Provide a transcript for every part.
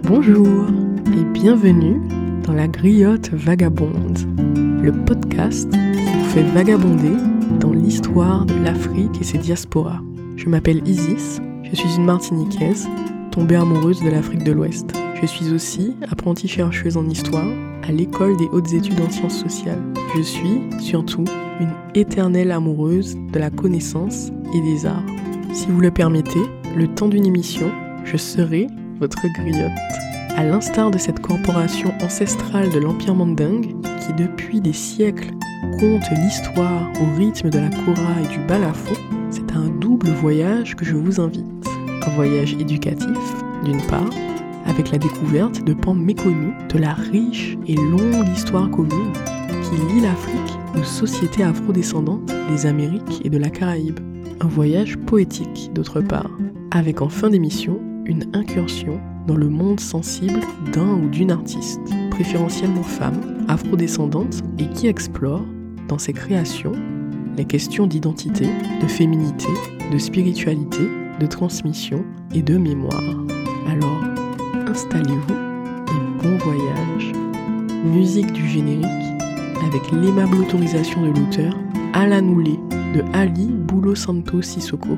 Bonjour et bienvenue dans la Griotte Vagabonde, le podcast qui vous fait vagabonder dans l'histoire de l'Afrique et ses diasporas. Je m'appelle Isis, je suis une Martiniquaise, tombée amoureuse de l'Afrique de l'Ouest. Je suis aussi apprentie chercheuse en histoire à l'école des hautes études en sciences sociales. Je suis, surtout, une éternelle amoureuse de la connaissance et des arts. Si vous le permettez, le temps d'une émission, je serai votre griotte. À l'instar de cette corporation ancestrale de l'Empire Mandingue, qui depuis des siècles conte l'histoire au rythme de la kora et du balafon, c'est un double voyage que je vous invite. Un voyage éducatif, d'une part, avec la découverte de pans méconnus de la riche et longue histoire commune qui lie l'Afrique aux sociétés afrodescendantes des Amériques et de la Caraïbe. Un voyage poétique, d'autre part, avec en fin d'émission une incursion dans le monde sensible d'un ou d'une artiste, préférentiellement femme, afrodescendante et qui explore, dans ses créations, les questions d'identité, de féminité, de spiritualité, de transmission et de mémoire. Alors, installez-vous et bon voyage. Musique du générique avec l'aimable autorisation de l'auteur Alan Oulé de Ali Boulo Santo Sissoko.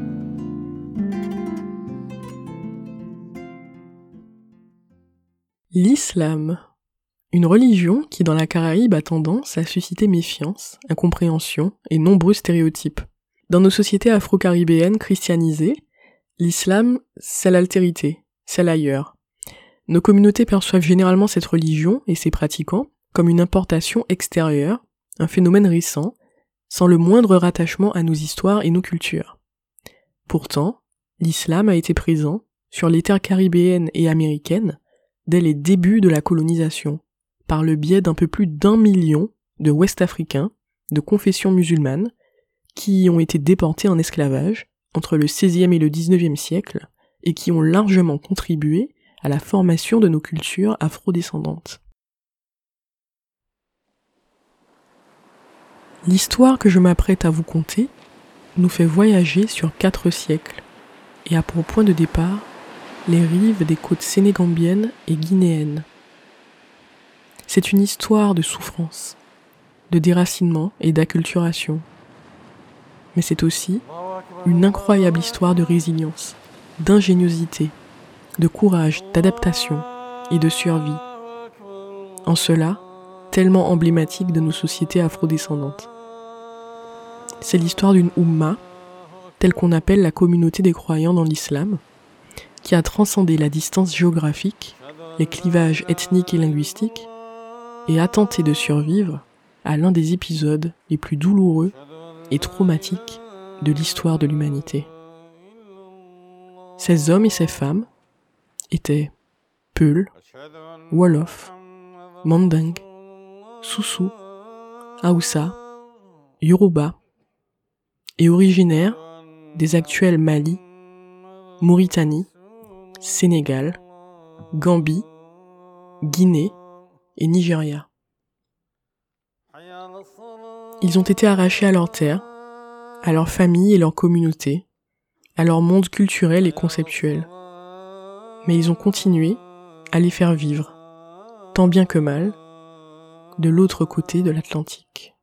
L'islam, une religion qui dans la Caraïbe a tendance à susciter méfiance, incompréhension et nombreux stéréotypes. Dans nos sociétés afro-caribéennes christianisées, l'islam, c'est l'altérité, c'est l'ailleurs. Nos communautés perçoivent généralement cette religion et ses pratiquants comme une importation extérieure, un phénomène récent, sans le moindre rattachement à nos histoires et nos cultures. Pourtant, l'islam a été présent sur les terres caribéennes et américaines dès les débuts de la colonisation, par le biais d'un peu plus d'1 million de Ouest-Africains de confession musulmane qui ont été déportés en esclavage entre le XVIe et le XIXe siècle et qui ont largement contribué à la formation de nos cultures afrodescendantes. L'histoire que je m'apprête à vous conter nous fait voyager sur 4 siècles et a pour point de départ les rives des côtes sénégambiennes et guinéennes. C'est une histoire de souffrance, de déracinement et d'acculturation. Mais c'est aussi une incroyable histoire de résilience, d'ingéniosité, de courage, d'adaptation et de survie. En cela, tellement emblématique de nos sociétés afrodescendantes. C'est l'histoire d'une Oumma, telle qu'on appelle la communauté des croyants dans l'islam, qui a transcendé la distance géographique, les clivages ethniques et linguistiques, et a tenté de survivre à l'un des épisodes les plus douloureux et traumatiques de l'histoire de l'humanité. Ces hommes et ces femmes étaient Peul, Wolof, Mandingue, Soussou, Haoussa, Yoruba, et originaires des actuels Mali, Mauritanie, Sénégal, Gambie, Guinée et Nigeria. Ils ont été arrachés à leurs terres, à leur famille et leur communauté, à leur monde culturel et conceptuel. Mais ils ont continué à les faire vivre, tant bien que mal, de l'autre côté de l'Atlantique.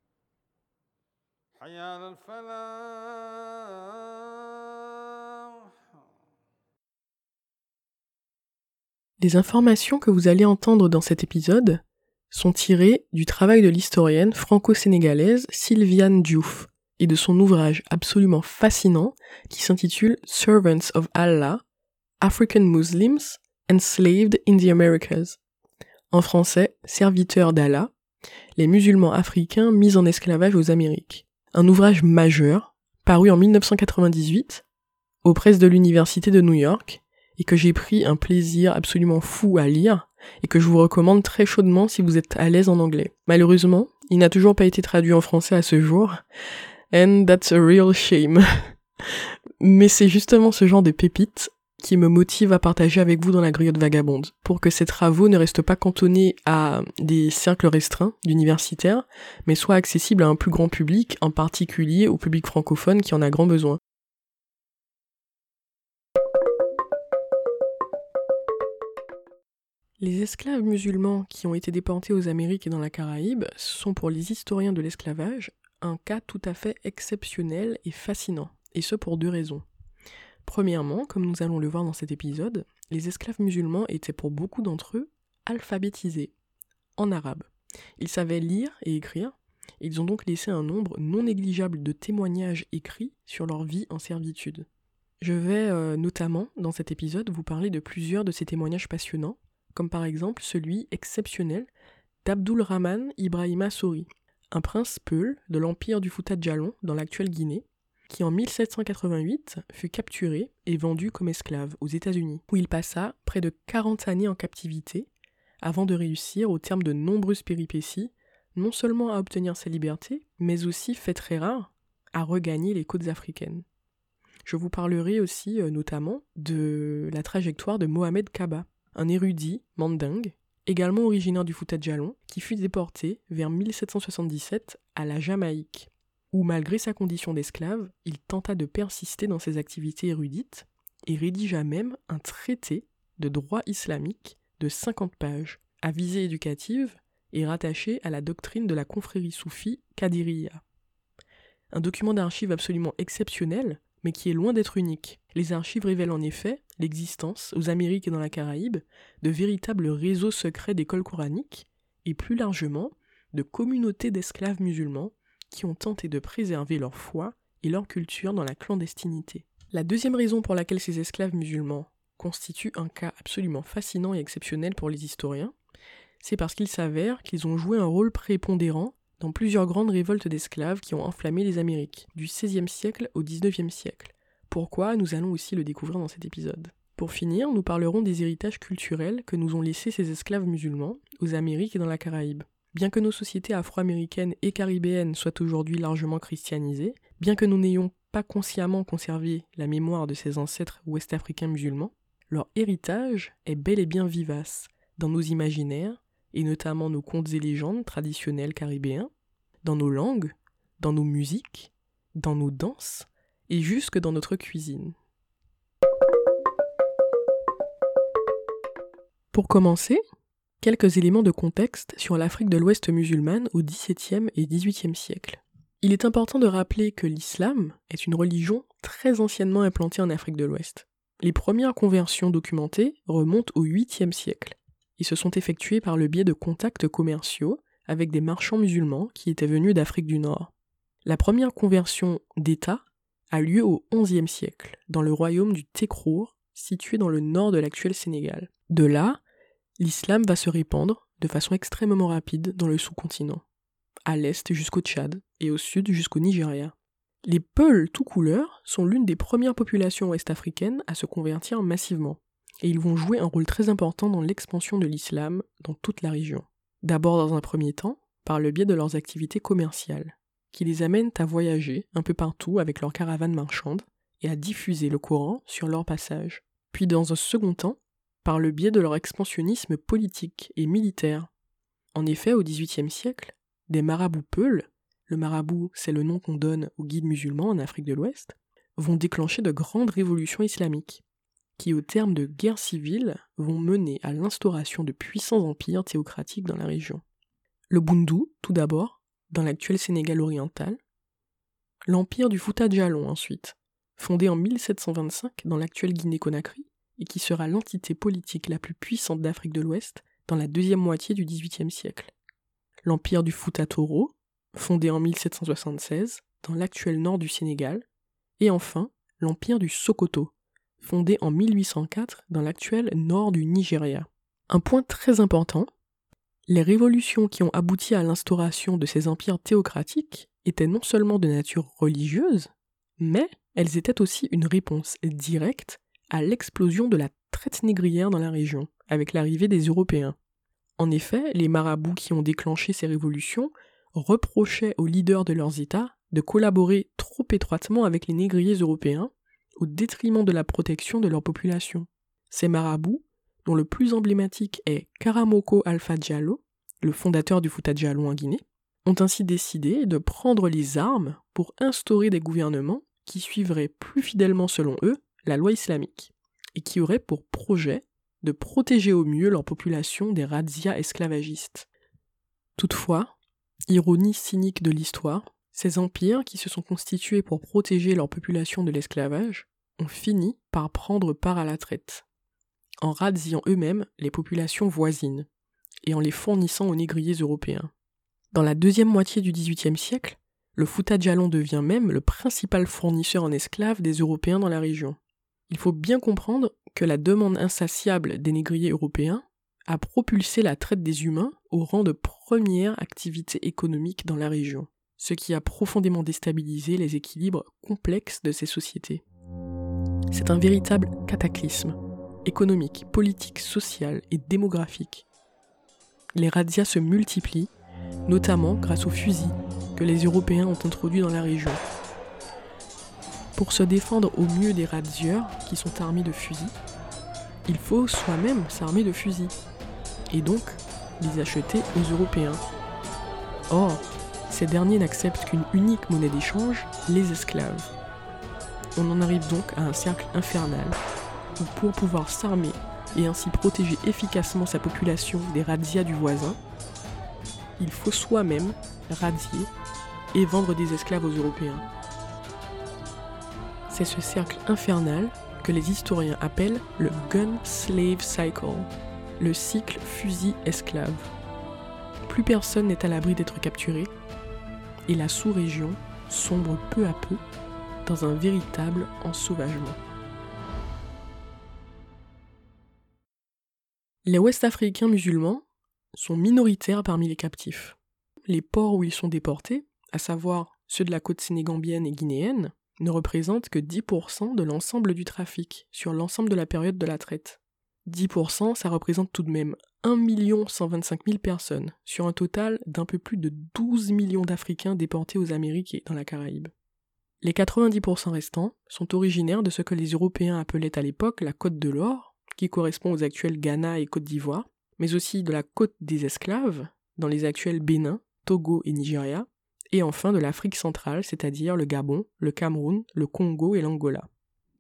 Les informations que vous allez entendre dans cet épisode sont tirées du travail de l'historienne franco-sénégalaise Sylviane Diouf et de son ouvrage absolument fascinant qui s'intitule Servants of Allah, African Muslims Enslaved in the Americas. En français, Serviteurs d'Allah, les musulmans africains mis en esclavage aux Amériques. Un ouvrage majeur, paru en 1998, aux presses de l'Université de New York, et que j'ai pris un plaisir absolument fou à lire, et que je vous recommande très chaudement si vous êtes à l'aise en anglais. Malheureusement, il n'a toujours pas été traduit en français à ce jour, and that's a real shame. Mais c'est justement ce genre de pépites qui me motive à partager avec vous dans la griotte vagabonde, pour que ces travaux ne restent pas cantonnés à des cercles restreints d'universitaires, mais soient accessibles à un plus grand public, en particulier au public francophone qui en a grand besoin. Les esclaves musulmans qui ont été déportés aux Amériques et dans la Caraïbe sont pour les historiens de l'esclavage un cas tout à fait exceptionnel et fascinant, et ce pour deux raisons. Premièrement, comme nous allons le voir dans cet épisode, les esclaves musulmans étaient pour beaucoup d'entre eux alphabétisés, en arabe. Ils savaient lire et écrire, et ils ont donc laissé un nombre non négligeable de témoignages écrits sur leur vie en servitude. Je vais notamment, dans cet épisode, vous parler de plusieurs de ces témoignages passionnants, comme par exemple celui exceptionnel d'Abdul Rahman Ibrahima Sori, un prince peul de l'empire du Fouta Djallon dans l'actuelle Guinée, qui en 1788 fut capturé et vendu comme esclave aux États-Unis, où il passa près de 40 années en captivité, avant de réussir, au terme de nombreuses péripéties, non seulement à obtenir sa liberté, mais aussi, fait très rare, à regagner les côtes africaines. Je vous parlerai aussi notamment de la trajectoire de Mohamed Kaba, un érudit mandingue, également originaire du Fouta Djallon, qui fut déporté vers 1777 à la Jamaïque, où malgré sa condition d'esclave, il tenta de persister dans ses activités érudites et rédigea même un traité de droit islamique de 50 pages, à visée éducative et rattaché à la doctrine de la confrérie soufie Qadiriyya. Un document d'archives absolument exceptionnel, mais qui est loin d'être unique. Les archives révèlent en effet l'existence, aux Amériques et dans la Caraïbe, de véritables réseaux secrets d'écoles coraniques, et plus largement, de communautés d'esclaves musulmans qui ont tenté de préserver leur foi et leur culture dans la clandestinité. La deuxième raison pour laquelle ces esclaves musulmans constituent un cas absolument fascinant et exceptionnel pour les historiens, c'est parce qu'il s'avère qu'ils ont joué un rôle prépondérant dans plusieurs grandes révoltes d'esclaves qui ont enflammé les Amériques, du XVIe siècle au XIXe siècle. Pourquoi ? Nous allons aussi le découvrir dans cet épisode. Pour finir, nous parlerons des héritages culturels que nous ont laissés ces esclaves musulmans aux Amériques et dans la Caraïbe. Bien que nos sociétés afro-américaines et caribéennes soient aujourd'hui largement christianisées, bien que nous n'ayons pas consciemment conservé la mémoire de ces ancêtres ouest-africains musulmans, leur héritage est bel et bien vivace dans nos imaginaires, et notamment nos contes et légendes traditionnels caribéens, dans nos langues, dans nos musiques, dans nos danses, et jusque dans notre cuisine. Pour commencer, quelques éléments de contexte sur l'Afrique de l'Ouest musulmane au XVIIe et XVIIIe siècle. Il est important de rappeler que l'islam est une religion très anciennement implantée en Afrique de l'Ouest. Les premières conversions documentées remontent au 8e siècle et se sont effectuées par le biais de contacts commerciaux avec des marchands musulmans qui étaient venus d'Afrique du Nord. La première conversion d'État a lieu au 11e siècle, dans le royaume du Tekrour, situé dans le nord de l'actuel Sénégal. De là, l'islam va se répandre de façon extrêmement rapide dans le sous-continent, à l'est jusqu'au Tchad et au sud jusqu'au Nigeria. Les Peuls tout couleurs sont l'une des premières populations ouest-africaines à se convertir massivement, et ils vont jouer un rôle très important dans l'expansion de l'islam dans toute la région. D'abord dans un premier temps, par le biais de leurs activités commerciales, qui les amènent à voyager un peu partout avec leurs caravanes marchandes et à diffuser le Coran sur leur passage. Puis dans un second temps, par le biais de leur expansionnisme politique et militaire. En effet, au XVIIIe siècle, des marabouts peuls, le marabout c'est le nom qu'on donne aux guides musulmans en Afrique de l'Ouest, vont déclencher de grandes révolutions islamiques, qui au terme de guerres civiles vont mener à l'instauration de puissants empires théocratiques dans la région. Le Bundu, tout d'abord, dans l'actuel Sénégal oriental, l'empire du Fouta Djallon ensuite, fondé en 1725 dans l'actuelle Guinée-Conakry, et qui sera l'entité politique la plus puissante d'Afrique de l'Ouest dans la deuxième moitié du XVIIIe siècle. L'empire du Fouta Toro, fondé en 1776 dans l'actuel nord du Sénégal, et enfin l'empire du Sokoto, fondé en 1804 dans l'actuel nord du Nigeria. Un point très important, les révolutions qui ont abouti à l'instauration de ces empires théocratiques étaient non seulement de nature religieuse, mais elles étaient aussi une réponse directe à l'explosion de la traite négrière dans la région, avec l'arrivée des Européens. En effet, les marabouts qui ont déclenché ces révolutions reprochaient aux leaders de leurs États de collaborer trop étroitement avec les négriers européens, au détriment de la protection de leur population. Ces marabouts, dont le plus emblématique est Karamoko Alpha Diallo, le fondateur du Fouta Djallon en Guinée, ont ainsi décidé de prendre les armes pour instaurer des gouvernements qui suivraient plus fidèlement selon eux la loi islamique, et qui auraient pour projet de protéger au mieux leur population des razzias esclavagistes. Toutefois, ironie cynique de l'histoire, ces empires qui se sont constitués pour protéger leur population de l'esclavage ont fini par prendre part à la traite, en razziant eux-mêmes les populations voisines et en les fournissant aux négriers européens. Dans la deuxième moitié du XVIIIe siècle, le Fouta Djallon devient même le principal fournisseur en esclaves des Européens dans la région. Il faut bien comprendre que la demande insatiable des négriers européens a propulsé la traite des humains au rang de première activité économique dans la région, ce qui a profondément déstabilisé les équilibres complexes de ces sociétés. C'est un véritable cataclysme, économique, politique, social et démographique. Les razzias se multiplient, notamment grâce aux fusils que les Européens ont introduits dans la région. Pour se défendre au mieux des razzieurs qui sont armés de fusils, il faut soi-même s'armer de fusils, et donc les acheter aux Européens. Or, ces derniers n'acceptent qu'une unique monnaie d'échange, les esclaves. On en arrive donc à un cercle infernal, où pour pouvoir s'armer et ainsi protéger efficacement sa population des razzias du voisin, il faut soi-même razzier et vendre des esclaves aux Européens. C'est ce cercle infernal que les historiens appellent le Gun Slave Cycle, le cycle fusil-esclave. Plus personne n'est à l'abri d'être capturé, et la sous-région sombre peu à peu dans un véritable ensauvagement. Les Ouest-Africains musulmans sont minoritaires parmi les captifs. Les ports où ils sont déportés, à savoir ceux de la côte sénégambienne et guinéenne, ne représentent que 10% de l'ensemble du trafic sur l'ensemble de la période de la traite. 10%, ça représente tout de même 1 125 000 personnes, sur un total d'un peu plus de 12 millions d'Africains déportés aux Amériques et dans la Caraïbe. Les 90% restants sont originaires de ce que les Européens appelaient à l'époque la Côte de l'Or, qui correspond aux actuels Ghana et Côte d'Ivoire, mais aussi de la Côte des Esclaves, dans les actuels Bénin, Togo et Nigeria, et enfin de l'Afrique centrale, c'est-à-dire le Gabon, le Cameroun, le Congo et l'Angola.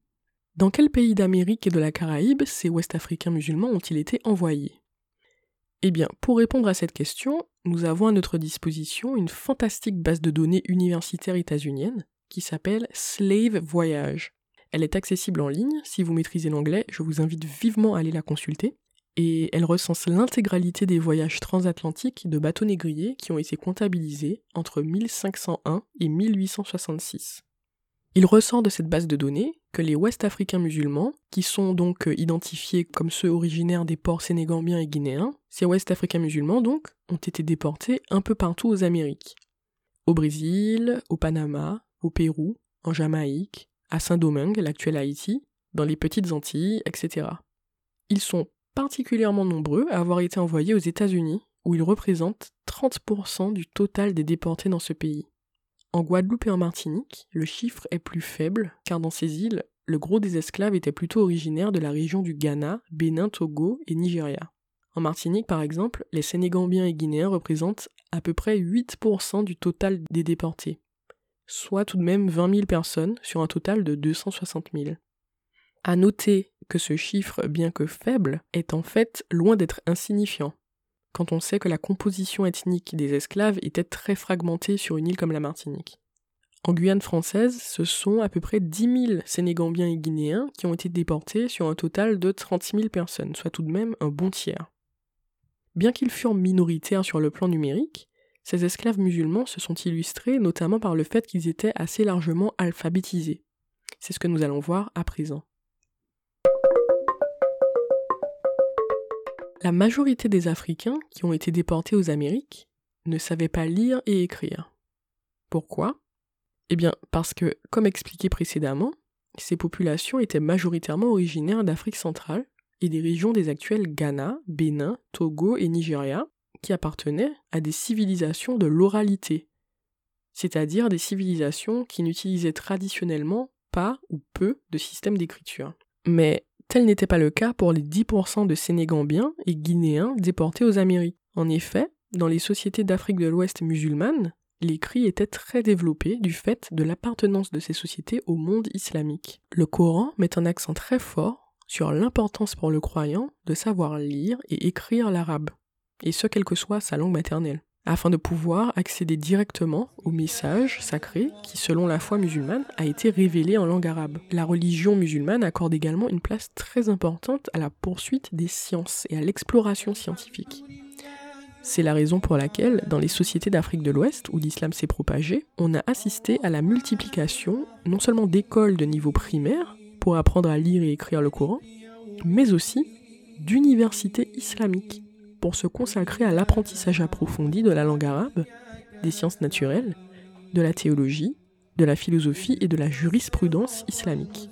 Dans quel pays d'Amérique et de la Caraïbe ces Ouest-Africains musulmans ont-ils été envoyés ? Eh bien, pour répondre à cette question, nous avons à notre disposition une fantastique base de données universitaire états-unienne qui s'appelle Slave Voyage. Elle est accessible en ligne, si vous maîtrisez l'anglais, je vous invite vivement à aller la consulter. Et elle recense l'intégralité des voyages transatlantiques de bateaux négriers qui ont été comptabilisés entre 1501 et 1866. Il ressort de cette base de données que les Ouest-Africains musulmans, qui sont donc identifiés comme ceux originaires des ports sénégambiens et guinéens, ces Ouest-Africains musulmans donc ont été déportés un peu partout aux Amériques. Au Brésil, au Panama, au Pérou, en Jamaïque, à Saint-Domingue, l'actuel Haïti, dans les Petites Antilles, etc. Ils sont particulièrement nombreux à avoir été envoyés aux États-Unis, où ils représentent 30% du total des déportés dans ce pays. En Guadeloupe et en Martinique, le chiffre est plus faible, car dans ces îles, le gros des esclaves était plutôt originaire de la région du Ghana, Bénin, Togo et Nigeria. En Martinique, par exemple, les Sénégambiens et Guinéens représentent à peu près 8% du total des déportés, soit tout de même 20 000 personnes sur un total de 260 000. À noter que ce chiffre, bien que faible, est en fait loin d'être insignifiant, quand on sait que la composition ethnique des esclaves était très fragmentée sur une île comme la Martinique. En Guyane française, ce sont à peu près 10 000 Sénégambiens et Guinéens qui ont été déportés sur un total de 30 000 personnes, soit tout de même un bon tiers. Bien qu'ils furent minoritaires sur le plan numérique, ces esclaves musulmans se sont illustrés notamment par le fait qu'ils étaient assez largement alphabétisés. C'est ce que nous allons voir à présent. La majorité des Africains qui ont été déportés aux Amériques ne savaient pas lire et écrire. Pourquoi ? Eh bien, parce que, comme expliqué précédemment, ces populations étaient majoritairement originaires d'Afrique centrale et des régions des actuels Ghana, Bénin, Togo et Nigeria, qui appartenaient à des civilisations de l'oralité, c'est-à-dire des civilisations qui n'utilisaient traditionnellement pas ou peu de système d'écriture. Mais tel n'était pas le cas pour les 10% de Sénégambiens et Guinéens déportés aux Amériques. En effet, dans les sociétés d'Afrique de l'Ouest musulmanes, l'écrit était très développé du fait de l'appartenance de ces sociétés au monde islamique. Le Coran met un accent très fort sur l'importance pour le croyant de savoir lire et écrire l'arabe, et ce quelle que soit sa langue maternelle, afin de pouvoir accéder directement au message sacré qui, selon la foi musulmane, a été révélé en langue arabe. La religion musulmane accorde également une place très importante à la poursuite des sciences et à l'exploration scientifique. C'est la raison pour laquelle, dans les sociétés d'Afrique de l'Ouest, où l'islam s'est propagé, on a assisté à la multiplication non seulement d'écoles de niveau primaire, pour apprendre à lire et écrire le Coran, mais aussi d'universités islamiques, pour se consacrer à l'apprentissage approfondi de la langue arabe, des sciences naturelles, de la théologie, de la philosophie et de la jurisprudence islamique.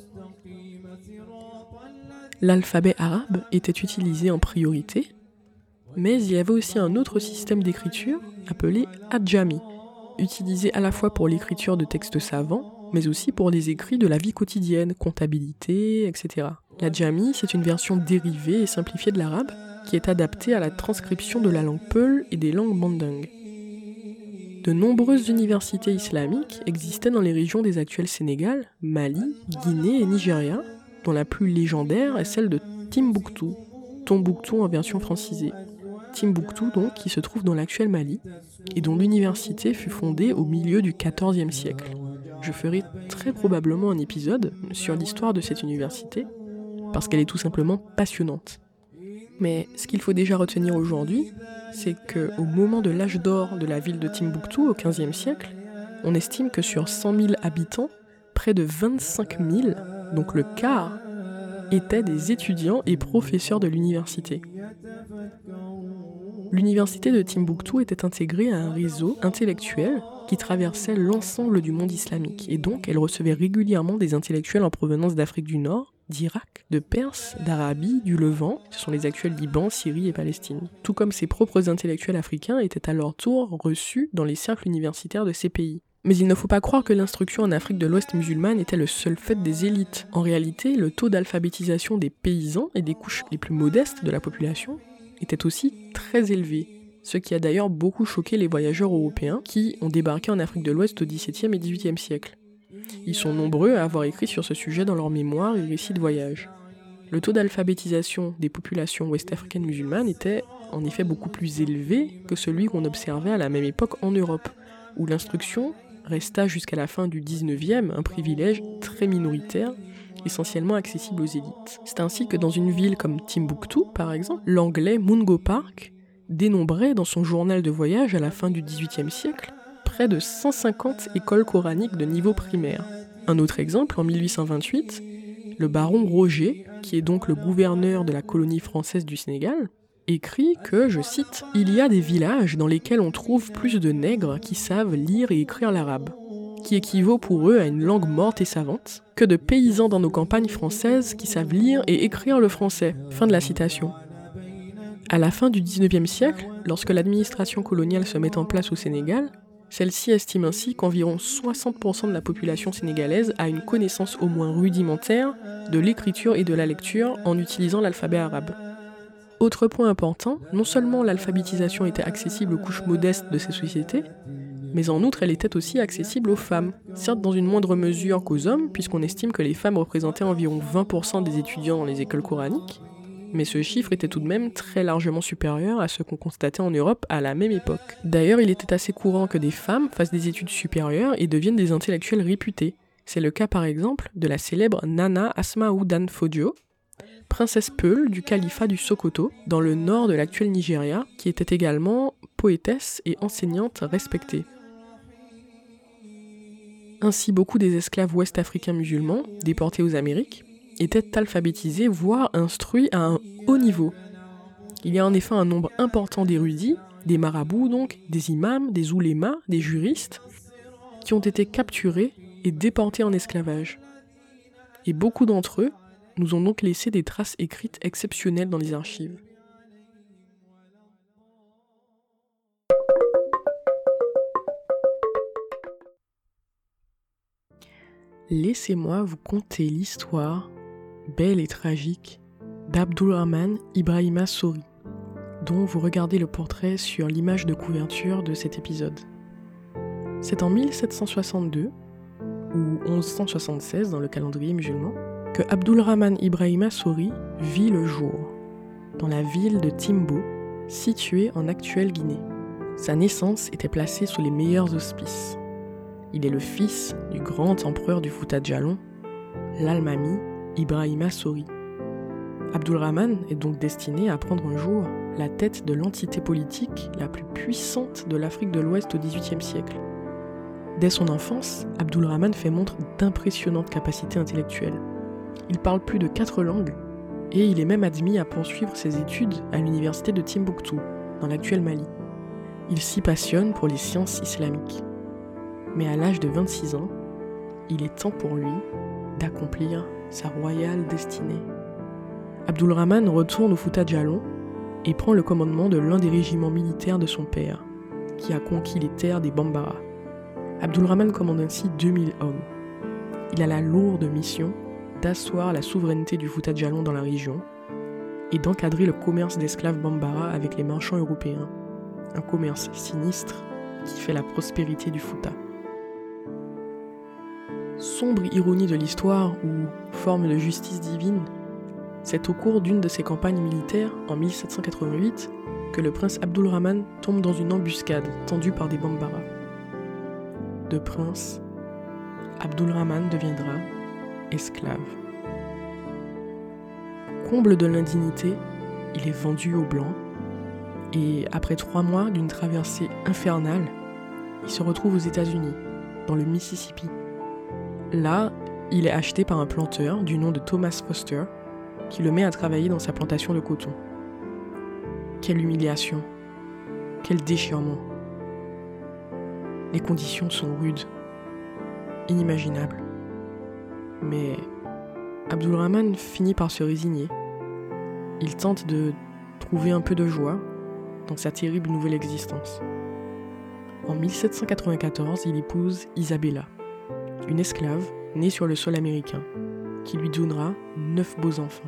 L'alphabet arabe était utilisé en priorité, mais il y avait aussi un autre système d'écriture appelé adjami, utilisé à la fois pour l'écriture de textes savants, mais aussi pour les écrits de la vie quotidienne, comptabilité, etc. L'adjami, c'est une version dérivée et simplifiée de l'arabe, qui est adaptée à la transcription de la langue peul et des langues mandingues. De nombreuses universités islamiques existaient dans les régions des actuels Sénégal, Mali, Guinée et Nigeria, dont la plus légendaire est celle de Timbuktu, Tombouctou en version francisée. Timbuktu donc, qui se trouve dans l'actuel Mali, et dont l'université fut fondée au milieu du XIVe siècle. Je ferai très probablement un épisode sur l'histoire de cette université, parce qu'elle est tout simplement passionnante. Mais ce qu'il faut déjà retenir aujourd'hui, c'est qu'au moment de l'âge d'or de la ville de Timbuktu, au XVe siècle, on estime que sur 100 000 habitants, près de 25 000, donc le quart, étaient des étudiants et professeurs de l'université. L'université de Timbuktu était intégrée à un réseau intellectuel qui traversait l'ensemble du monde islamique, et donc elle recevait régulièrement des intellectuels en provenance d'Afrique du Nord, d'Irak, de Perse, d'Arabie, du Levant, ce sont les actuels Liban, Syrie et Palestine. Tout comme ses propres intellectuels africains étaient à leur tour reçus dans les cercles universitaires de ces pays. Mais il ne faut pas croire que l'instruction en Afrique de l'Ouest musulmane était le seul fait des élites. En réalité, le taux d'alphabétisation des paysans et des couches les plus modestes de la population était aussi très élevé, ce qui a d'ailleurs beaucoup choqué les voyageurs européens qui ont débarqué en Afrique de l'Ouest au XVIIe et XVIIIe siècle. Ils sont nombreux à avoir écrit sur ce sujet dans leurs mémoires et récits de voyage. Le taux d'alphabétisation des populations ouest-africaines musulmanes était en effet beaucoup plus élevé que celui qu'on observait à la même époque en Europe, où l'instruction resta jusqu'à la fin du XIXe un privilège très minoritaire, essentiellement accessible aux élites. C'est ainsi que dans une ville comme Timbuktu, par exemple, l'anglais Mungo Park dénombrait dans son journal de voyage à la fin du XVIIIe siècle près de 150 écoles coraniques de niveau primaire. Un autre exemple, en 1828, le baron Roger, qui est donc le gouverneur de la colonie française du Sénégal, écrit que, je cite, « Il y a des villages dans lesquels on trouve plus de nègres qui savent lire et écrire l'arabe, qui équivaut pour eux à une langue morte et savante, que de paysans dans nos campagnes françaises qui savent lire et écrire le français. » Fin de la citation. À la fin du XIXe siècle, lorsque l'administration coloniale se met en place au Sénégal, celle-ci estime ainsi qu'environ 60% de la population sénégalaise a une connaissance au moins rudimentaire de l'écriture et de la lecture en utilisant l'alphabet arabe. Autre point important, non seulement l'alphabétisation était accessible aux couches modestes de ces sociétés, mais en outre elle était aussi accessible aux femmes, certes dans une moindre mesure qu'aux hommes, puisqu'on estime que les femmes représentaient environ 20% des étudiants dans les écoles coraniques, mais ce chiffre était tout de même très largement supérieur à ce qu'on constatait en Europe à la même époque. D'ailleurs, il était assez courant que des femmes fassent des études supérieures et deviennent des intellectuels réputés. C'est le cas par exemple de la célèbre Nana Asma'u Danfodio, princesse Peul du califat du Sokoto, dans le nord de l'actuel Nigeria, qui était également poétesse et enseignante respectée. Ainsi, beaucoup des esclaves ouest-africains musulmans, déportés aux Amériques, étaient alphabétisés, voire instruits à un haut niveau. Il y a en effet un nombre important d'érudits, des marabouts donc, des imams, des oulémas, des juristes, qui ont été capturés et déportés en esclavage. Et beaucoup d'entre eux nous ont donc laissé des traces écrites exceptionnelles dans les archives. Laissez-moi vous conter l'histoire belle et tragique d'Abdulrahman Ibrahima Sori, dont vous regardez le portrait sur l'image de couverture de cet épisode. C'est en 1762, ou 1176 dans le calendrier musulman, que Abdulrahman Ibrahima Sori vit le jour, dans la ville de Timbo, située en actuelle Guinée. Sa naissance était placée sous les meilleurs auspices. Il est le fils du grand empereur du Fouta Djallon, l'Almami Ibrahima Sori. Abdulrahman est donc destiné à prendre un jour la tête de l'entité politique la plus puissante de l'Afrique de l'Ouest au XVIIIe siècle. Dès son enfance, Abdulrahman fait montre d'impressionnantes capacités intellectuelles. Il parle plus de 4 langues et il est même admis à poursuivre ses études à l'université de Timbuktu, dans l'actuel Mali. Il s'y passionne pour les sciences islamiques. Mais à l'âge de 26 ans, il est temps pour lui d'accomplir sa royale destinée. Abdulrahman retourne au Fouta Djallon et prend le commandement de l'un des régiments militaires de son père, qui a conquis les terres des Bambara. Abdulrahman commande ainsi 2000 hommes. Il a la lourde mission d'asseoir la souveraineté du Fouta Djallon dans la région et d'encadrer le commerce d'esclaves Bambara avec les marchands européens, un commerce sinistre qui fait la prospérité du Fouta. Sombre ironie de l'histoire ou forme de justice divine, c'est au cours d'une de ses campagnes militaires, en 1788, que le prince Abdulrahman tombe dans une embuscade tendue par des Bambara. De prince, Abdulrahman deviendra esclave. Comble de l'indignité, il est vendu aux Blancs et après 3 mois d'une traversée infernale, il se retrouve aux États-Unis, dans le Mississippi. Là, il est acheté par un planteur du nom de Thomas Foster qui le met à travailler dans sa plantation de coton. Quelle humiliation, quel déchirement. Les conditions sont rudes, inimaginables. Mais Abdulrahman finit par se résigner. Il tente de trouver un peu de joie dans sa terrible nouvelle existence. En 1794, il épouse Isabella, une esclave née sur le sol américain, qui lui donnera 9 beaux enfants.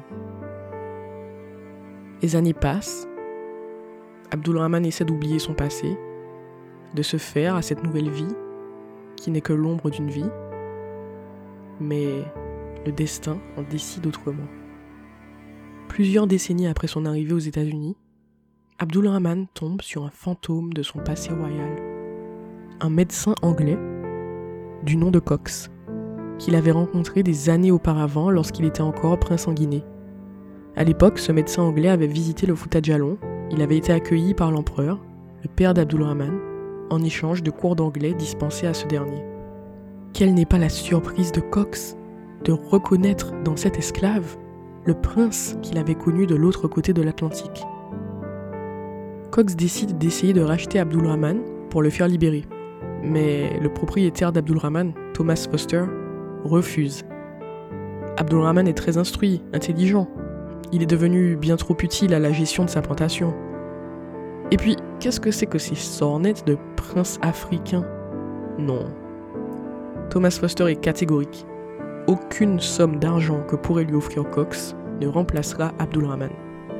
Les années passent. Abdulrahman essaie d'oublier son passé, de se faire à cette nouvelle vie, qui n'est que l'ombre d'une vie, mais le destin en décide autrement. Plusieurs décennies après son arrivée aux États-Unis, Abdulrahman tombe sur un fantôme de son passé royal, un médecin anglais du nom de Cox, qu'il avait rencontré des années auparavant lorsqu'il était encore prince en Guinée. À l'époque, ce médecin anglais avait visité le Fouta Djallon, il avait été accueilli par l'empereur, le père d'Abdulrahman, en échange de cours d'anglais dispensés à ce dernier. Quelle n'est pas la surprise de Cox de reconnaître dans cet esclave le prince qu'il avait connu de l'autre côté de l'Atlantique. Cox décide d'essayer de racheter Abdulrahman pour le faire libérer, mais le propriétaire d'Abdulrahman, Thomas Foster, refuse. Abdulrahman est très instruit, intelligent. Il est devenu bien trop utile à la gestion de sa plantation. Et puis, qu'est-ce que c'est que ces sornettes de prince africain ? Non. Thomas Foster est catégorique. Aucune somme d'argent que pourrait lui offrir Cox ne remplacera Abdulrahman.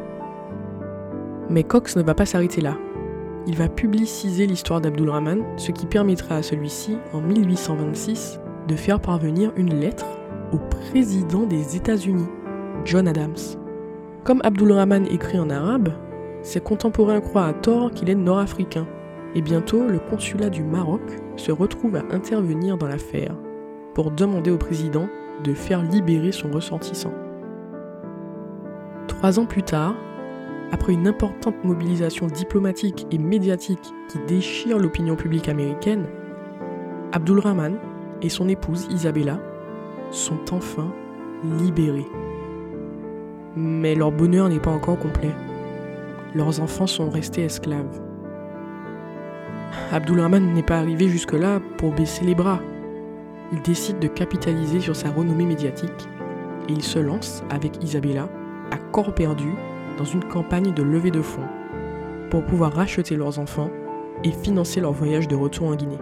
Mais Cox ne va pas s'arrêter là. Il va publiciser l'histoire d'Abdulrahman, ce qui permettra à celui-ci, en 1826, de faire parvenir une lettre au président des États-Unis, John Adams. Comme Abdulrahman écrit en arabe, ses contemporains croient à tort qu'il est nord-africain, et bientôt le consulat du Maroc se retrouve à intervenir dans l'affaire pour demander au président de faire libérer son ressortissant. 3 ans plus tard, après une importante mobilisation diplomatique et médiatique qui déchire l'opinion publique américaine, Abdulrahman et son épouse Isabella sont enfin libérés. Mais leur bonheur n'est pas encore complet. Leurs enfants sont restés esclaves. Abdulrahman n'est pas arrivé jusque-là pour baisser les bras. Il décide de capitaliser sur sa renommée médiatique et il se lance avec Isabella à corps perdu dans une campagne de levée de fonds pour pouvoir racheter leurs enfants et financer leur voyage de retour en Guinée.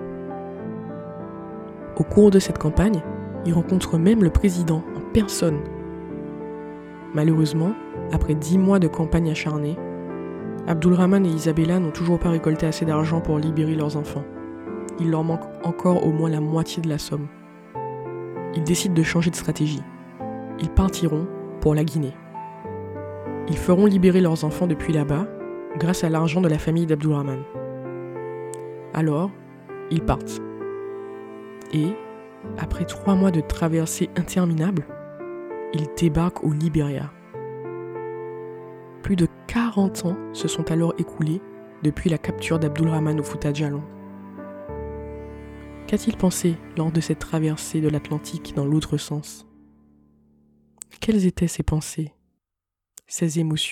Au cours de cette campagne, il rencontre même le président en personne. Malheureusement, après 10 mois de campagne acharnée, Abdulrahman et Isabella n'ont toujours pas récolté assez d'argent pour libérer leurs enfants. Il leur manque encore au moins la moitié de la somme. Ils décident de changer de stratégie. ils partiront pour la Guinée. Ils feront libérer leurs enfants depuis là-bas grâce à l'argent de la famille d'Abdulrahman. Alors, ils partent. Et, après 3 mois de traversée interminable, ils débarquent au Libéria. Plus de 40 ans se sont alors écoulés depuis la capture d'Abdulrahman au Fouta Djallon. Qu'a-t-il pensé lors de cette traversée de l'Atlantique dans l'autre sens ? Quelles étaient ses pensées, ses émotions ?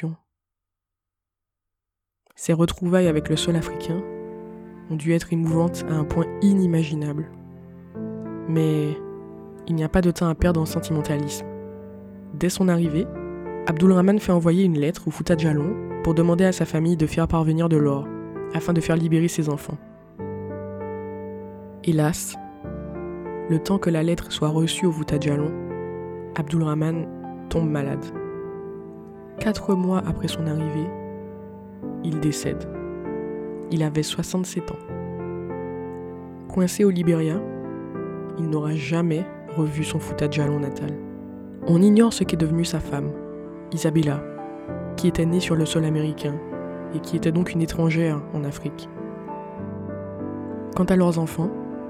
Ses retrouvailles avec le sol africain ont dû être émouvantes à un point inimaginable. Mais il n'y a pas de temps à perdre en sentimentalisme. Dès son arrivée, Abdulrahman fait envoyer une lettre au Fouta Djallon pour demander à sa famille de faire parvenir de l'or, afin de faire libérer ses enfants. Hélas, le temps que la lettre soit reçue au Fouta Djallon, Abdulrahman tombe malade. 4 mois après son arrivée, il décède. Il avait 67 ans. Coincé au Libéria, il n'aura jamais revu son Fouta Djallon natal. On ignore ce qu'est devenue sa femme, Isabella, qui était née sur le sol américain et qui était donc une étrangère en Afrique. Quant à leurs enfants,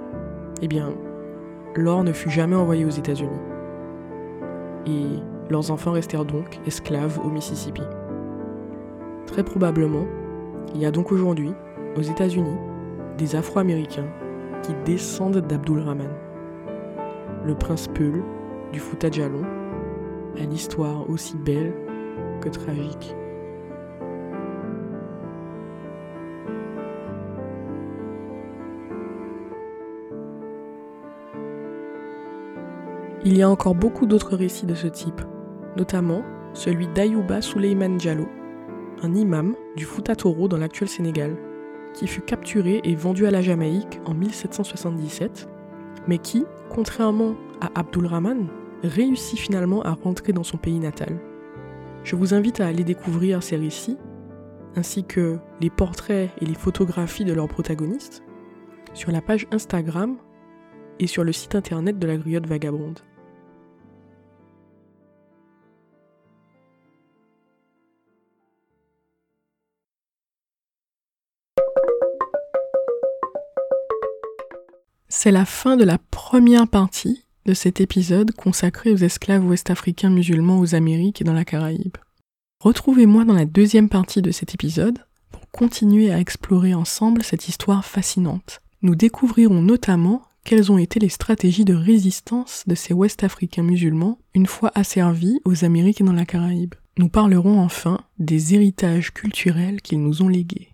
l'or ne fut jamais envoyé aux États-Unis. Et leurs enfants restèrent donc esclaves au Mississippi. Très probablement, il y a donc aujourd'hui, aux États-Unis, des Afro-Américains qui descendent d'Abdulrahman, le prince Peul du Fouta Djallon, à l'histoire aussi belle que tragique. Il y a encore beaucoup d'autres récits de ce type, notamment celui d'Ayouba Souleymane Diallo, un imam du Fouta Toro dans l'actuel Sénégal, qui fut capturé et vendu à la Jamaïque en 1777, mais qui, contrairement à Abdulrahman, réussit finalement à rentrer dans son pays natal. Je vous invite à aller découvrir ces récits, ainsi que les portraits et les photographies de leurs protagonistes, sur la page Instagram et sur le site internet de la Griotte Vagabonde. C'est la fin de la première partie de cet épisode consacré aux esclaves ouest-africains musulmans aux Amériques et dans la Caraïbe. Retrouvez-moi dans la deuxième partie de cet épisode pour continuer à explorer ensemble cette histoire fascinante. Nous découvrirons notamment quelles ont été les stratégies de résistance de ces ouest-africains musulmans une fois asservis aux Amériques et dans la Caraïbe. Nous parlerons enfin des héritages culturels qu'ils nous ont légués.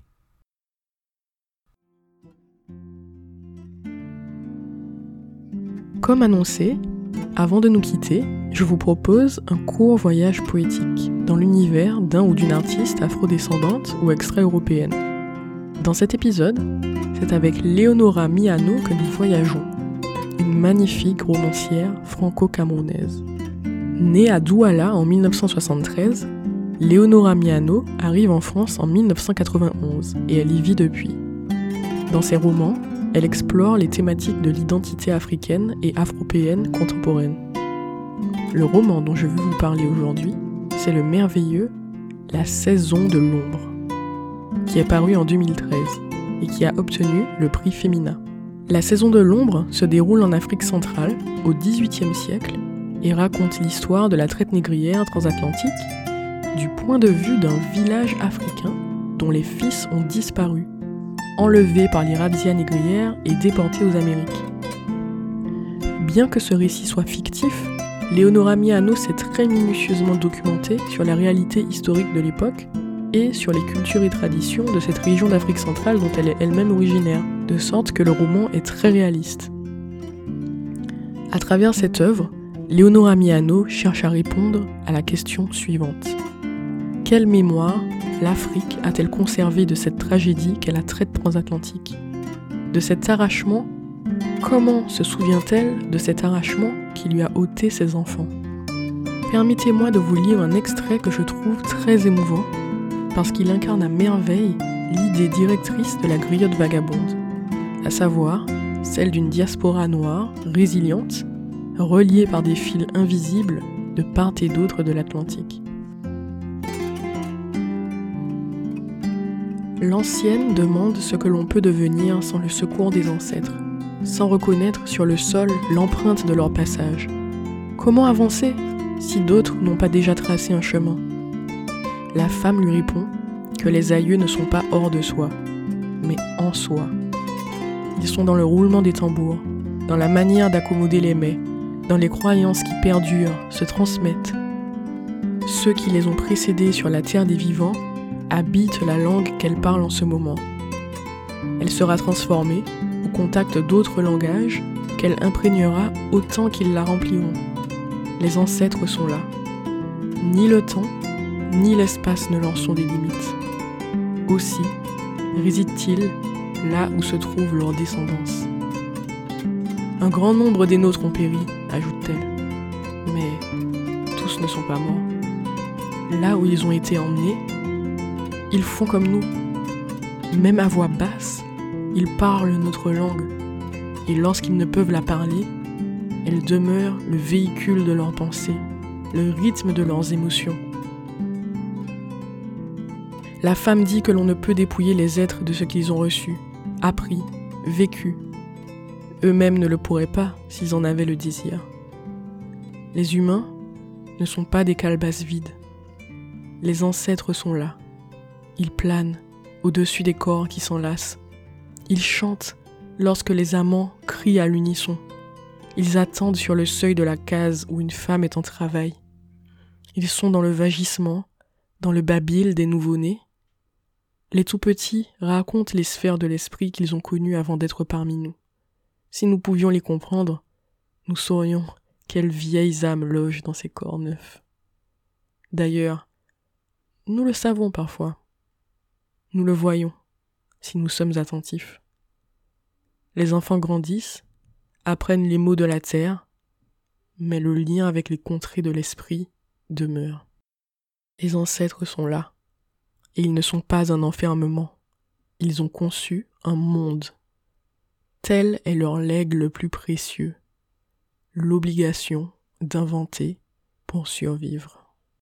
Comme annoncé, avant de nous quitter, je vous propose un court voyage poétique dans l'univers d'un ou d'une artiste afrodescendante ou extra-européenne. Dans cet épisode, c'est avec Léonora Miano que nous voyageons, une magnifique romancière franco-camerounaise. Née à Douala en 1973, Léonora Miano arrive en France en 1991 et elle y vit depuis. Dans ses romans, elle explore les thématiques de l'identité africaine et afropéenne contemporaine. Le roman dont je veux vous parler aujourd'hui, c'est le merveilleux La Saison de l'ombre, qui est paru en 2013 et qui a obtenu le prix Femina. La Saison de l'ombre se déroule en Afrique centrale au XVIIIe siècle et raconte l'histoire de la traite négrière transatlantique du point de vue d'un village africain dont les fils ont disparu, enlevés par les razzias négrières et déportés aux Amériques. Bien que ce récit soit fictif, Léonora Miano s'est très minutieusement documentée sur la réalité historique de l'époque et sur les cultures et traditions de cette région d'Afrique centrale dont elle est elle-même originaire, de sorte que le roman est très réaliste. À travers cette œuvre, Léonora Miano cherche à répondre à la question suivante. Quelle mémoire l'Afrique a-t-elle conservé de cette tragédie qu'est la traite transatlantique ? De cet arrachement, comment se souvient-elle de cet arrachement qui lui a ôté ses enfants ? Permettez-moi de vous lire un extrait que je trouve très émouvant, parce qu'il incarne à merveille l'idée directrice de la Griotte Vagabonde, à savoir celle d'une diaspora noire, résiliente, reliée par des fils invisibles de part et d'autre de l'Atlantique. L'ancienne demande ce que l'on peut devenir sans le secours des ancêtres, sans reconnaître sur le sol l'empreinte de leur passage. Comment avancer si d'autres n'ont pas déjà tracé un chemin ? La femme lui répond que les aïeux ne sont pas hors de soi, mais en soi. Ils sont dans le roulement des tambours, dans la manière d'accommoder les mets, dans les croyances qui perdurent, se transmettent. Ceux qui les ont précédés sur la terre des vivants habitent la langue qu'elle parle en ce moment. Elle sera transformée au contact d'autres langages qu'elle imprégnera autant qu'ils la rempliront. Les ancêtres sont là. Ni le temps, ni l'espace ne leur sont des limites. Aussi résident-ils là où se trouve leur descendance. Un grand nombre des nôtres ont péri, ajoute-t-elle. Mais tous ne sont pas morts. Là où ils ont été emmenés, ils font comme nous. Même à voix basse, ils parlent notre langue. Et lorsqu'ils ne peuvent la parler, elle demeure le véhicule de leurs pensées, le rythme de leurs émotions. La femme dit que l'on ne peut dépouiller les êtres de ce qu'ils ont reçu, appris, vécu. Eux-mêmes ne le pourraient pas s'ils en avaient le désir. Les humains ne sont pas des calebasses vides. Les ancêtres sont là. Ils planent au-dessus des corps qui s'enlacent. Ils chantent lorsque les amants crient à l'unisson. Ils attendent sur le seuil de la case où une femme est en travail. Ils sont dans le vagissement, dans le babil des nouveau-nés. Les tout-petits racontent les sphères de l'esprit qu'ils ont connues avant d'être parmi nous. Si nous pouvions les comprendre, nous saurions quelles vieilles âmes logent dans ces corps neufs. D'ailleurs, nous le savons parfois. Nous le voyons, si nous sommes attentifs. Les enfants grandissent, apprennent les mots de la terre, mais le lien avec les contrées de l'esprit demeure. Les ancêtres sont là, et ils ne sont pas un enfermement. Ils ont conçu un monde. Tel est leur legs le plus précieux, l'obligation d'inventer pour survivre.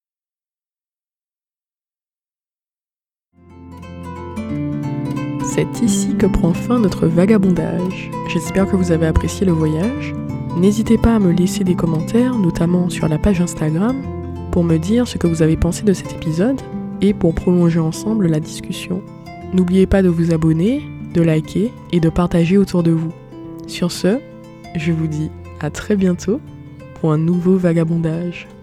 C'est ici que prend fin notre vagabondage. J'espère que vous avez apprécié le voyage. N'hésitez pas à me laisser des commentaires, notamment sur la page Instagram, pour me dire ce que vous avez pensé de cet épisode et pour prolonger ensemble la discussion. N'oubliez pas de vous abonner, de liker et de partager autour de vous. Sur ce, je vous dis à très bientôt pour un nouveau vagabondage.